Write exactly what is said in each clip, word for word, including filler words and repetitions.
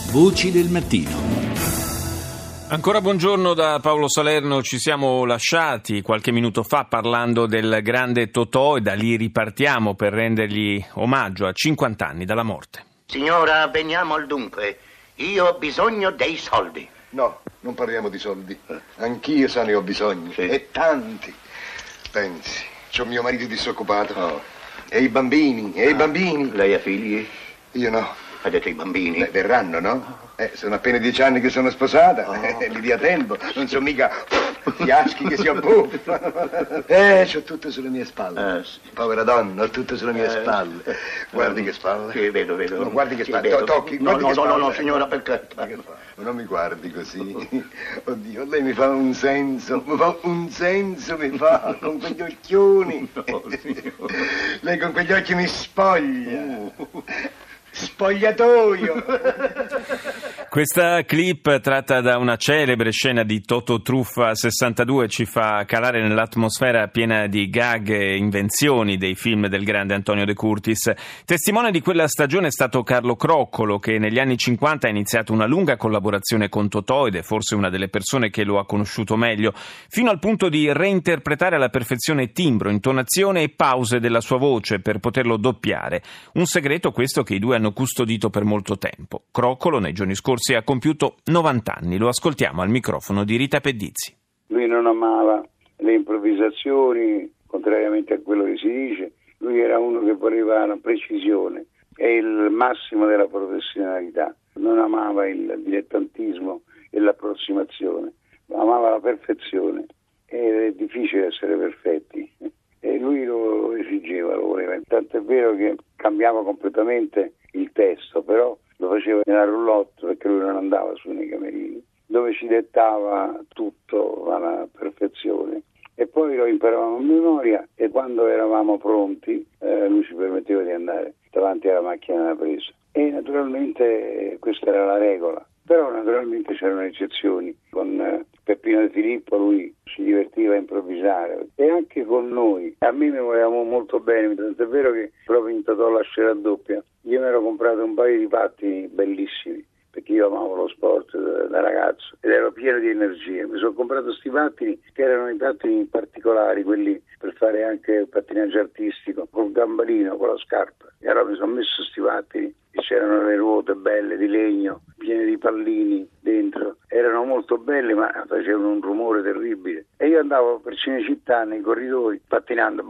Voci del mattino. Ancora buongiorno da Paolo Salerno, ci siamo lasciati qualche minuto fa parlando del grande Totò e da lì ripartiamo per rendergli omaggio a cinquanta anni dalla morte. Signora, veniamo al dunque. Io ho bisogno dei soldi. No, non parliamo di soldi. Anch'io se ne ho bisogno. Sì. E tanti. Pensi, c'ho mio marito disoccupato. Oh. E i bambini, e i Ah, bambini. Lei ha figli? Io no. Ha detto i bambini? Beh, verranno, no? Eh, sono appena dieci anni che sono sposata. Oh. Eh, li dia tempo. Non sono mica fiaschi che si abbuffano. Eh, c'ho tutto sulle mie spalle. Eh, sì. Povera donna, ho tutto sulle mie Eh, spalle. Guardi eh, che spalle. Sì, vedo, vedo. No, guardi che Sì, spalle. vedo. To- tocchi, No, guardi no, che no, no, spalle. no, signora, per carità. Che fa? Non mi guardi così. Oddio, lei mi fa un senso, mi fa un senso, mi fa, con quegli occhioni. No, signora. Lei con quegli occhi mi spoglia. Spogliatoio. Questa clip, tratta da una celebre scena di Toto Truffa sessantadue, ci fa calare nell'atmosfera piena di gag e invenzioni dei film del grande Antonio De Curtis. Testimone di quella stagione è stato Carlo Croccolo, che negli anni cinquanta ha iniziato una lunga collaborazione con Totò ed è forse una delle persone che lo ha conosciuto meglio, fino al punto di reinterpretare alla perfezione timbro, intonazione e pause della sua voce per poterlo doppiare. Un segreto questo che i due hanno custodito per molto tempo. Croccolo nei giorni scorsi ha compiuto novanta anni. Lo ascoltiamo al microfono di Rita Pedizzi. Lui non amava le improvvisazioni, contrariamente a quello che si dice. Lui era uno che voleva la precisione e il massimo della professionalità. Non amava il dilettantismo e l'approssimazione, amava la perfezione. Ed è difficile essere perfetti. E lui lo esigeva, lo voleva. Tanto è vero che cambiava completamente il testo, però lo faceva nella roulotte, perché lui non andava su nei camerini, dove ci dettava tutto alla perfezione. E poi lo imparavamo a memoria e quando eravamo pronti eh, lui ci permetteva di andare davanti alla macchina da presa. E naturalmente eh, questa era la regola. Però naturalmente c'erano eccezioni. Con eh, Peppino De Filippo lui si divertiva a improvvisare e anche con noi. A me mi volevamo molto bene, tanto è vero che proprio in Totò la scena doppia io mi ero comprato un paio di pattini bellissimi, perché io amavo lo sport da, da ragazzo ed ero pieno di energia. Mi sono comprato questi pattini che erano i pattini particolari, quelli per fare anche il pattinaggio artistico, col gambalino, con la scarpa. E allora mi sono messo questi pattini e c'erano le ruote belle di legno, piene di pallini dentro. Erano molto belle, ma facevano un rumore terribile. E io andavo per Cinecittà nei corridoi pattinando.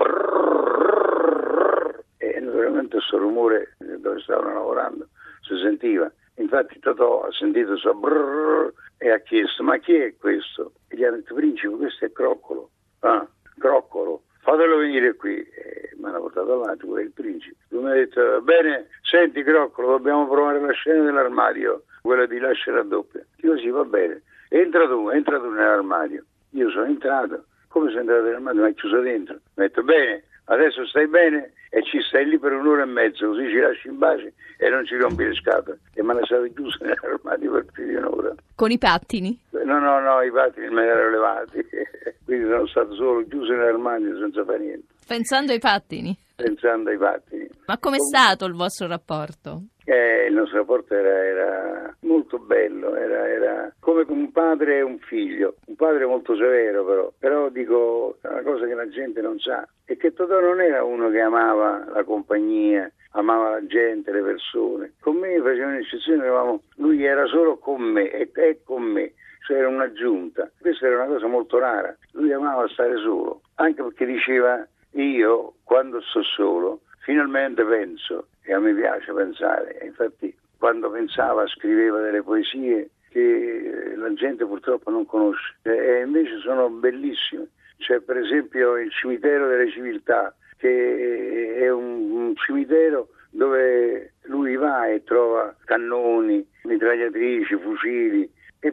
E naturalmente questo rumore dove stavano lavorando si sentiva. Infatti Totò ha sentito il suo brrrr e ha chiesto: ma chi è questo? E gli hanno detto: principe, questo è Croccolo. Ah, Croccolo, fatelo venire qui. E mi hanno portato avanti, quello è il principe. Lui mi ha detto: bene, senti Croccolo, dobbiamo provare la scena dell'armadio, quella di La scena doppia. Io sì, va bene, entra tu, entra tu nell'armadio. Io sono entrato, come sono entrato nell'armadio? Mi ha chiuso dentro. Mi ha detto: bene, adesso stai bene e ci stai lì per un'ora e mezzo, così ci lasci in pace e non ci rompi le scatole. E me la stavo chiusa nell'armadio per più di un'ora. Con i pattini? No, no, no, i pattini me li ero levati. Quindi sono stato solo chiuso nell'armadio senza fare niente. Pensando ai pattini? Pensando ai pattini. Ma com'è stato il vostro rapporto? Eh, il nostro rapporto era, era molto bello, era, era come un padre e un figlio, un padre molto severo però, però dico una cosa che la gente non sa, è che Totò non era uno che amava la compagnia, amava la gente, le persone. Con me faceva un'eccezione, eravamo, lui era solo con me e, e con me, cioè era un'aggiunta. Questa era una cosa molto rara, lui amava stare solo, anche perché diceva: io quando sto solo finalmente penso, e a me piace pensare, e infatti quando pensava scriveva delle poesie che la gente purtroppo non conosce e invece sono bellissime. C'è per esempio il cimitero delle civiltà, che è un, un cimitero dove lui va e trova cannoni, mitragliatrici, fucili e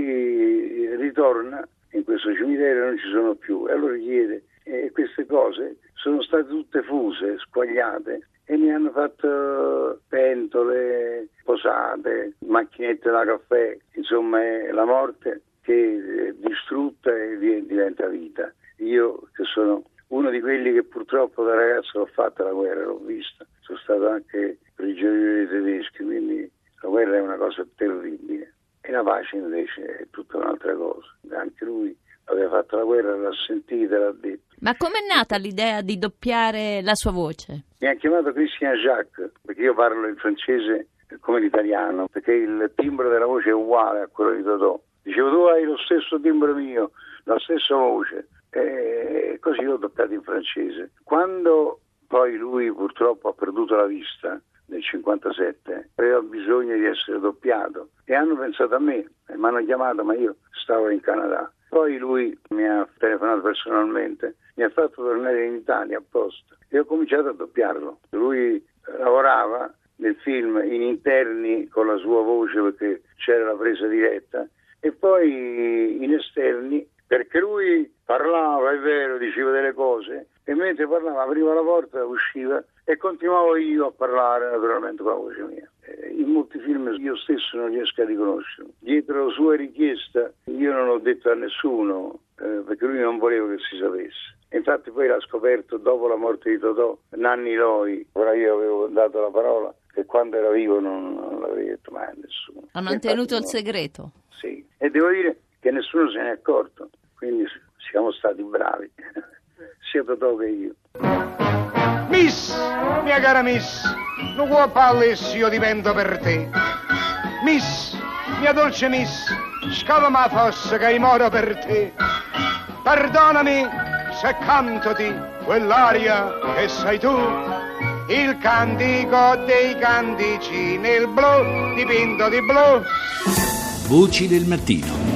poi ritorna in questo cimitero e non ci sono più. E allora chiede, e queste cose sono state tutte fuse, squagliate, e mi hanno fatto pentole, posate, macchinette da caffè, insomma è la morte che è distrutta e diventa vita. Io che sono uno di quelli che purtroppo da ragazzo l'ho fatta la guerra, l'ho vista, sono stato anche prigioniero dei tedeschi, quindi la guerra è una cosa terribile e la pace invece è tutta un'altra cosa. Anche lui aveva fatto la guerra, l'ha sentita, l'ha detto. Ma com'è nata l'idea di doppiare la sua voce? Mi ha chiamato Christian Jacques, perché io parlo il francese come l'italiano, perché il timbro della voce è uguale a quello di Totò. Dicevo, tu hai lo stesso timbro mio, la stessa voce, e così l'ho doppiato in francese. Quando poi lui purtroppo ha perduto la vista nel cinquantasette, aveva bisogno di essere doppiato e hanno pensato a me e mi hanno chiamato, ma io stavo in Canada. Poi lui mi ha telefonato personalmente, mi ha fatto tornare in Italia apposta e ho cominciato a doppiarlo. Lui lavorava nel film in interni con la sua voce perché c'era la presa diretta e poi in esterni perché lui parlava, è vero, diceva delle cose e mentre parlava apriva la porta, usciva e continuavo io a parlare naturalmente con la voce mia. In molti film io stesso non riesco a riconoscerlo. Dietro la sua richiesta io non ho detto a nessuno eh, perché lui non voleva che si sapesse. Infatti poi l'ha scoperto dopo la morte di Totò, Nanni Loi. Ora io avevo dato la parola che quando era vivo non, non l'avrei detto mai a nessuno. Ha mantenuto il no. segreto? Sì, e devo dire che nessuno se ne è accorto, quindi siamo stati bravi, sia Totò che io. Miss, mia cara Miss, non vuoi parlare se io divento per te. Miss, mia dolce Miss, scavami la fossa che moro per te. Perdonami se cantoti quell'aria che sei tu, il cantico dei cantici nel blu dipinto di blu. Voci del mattino.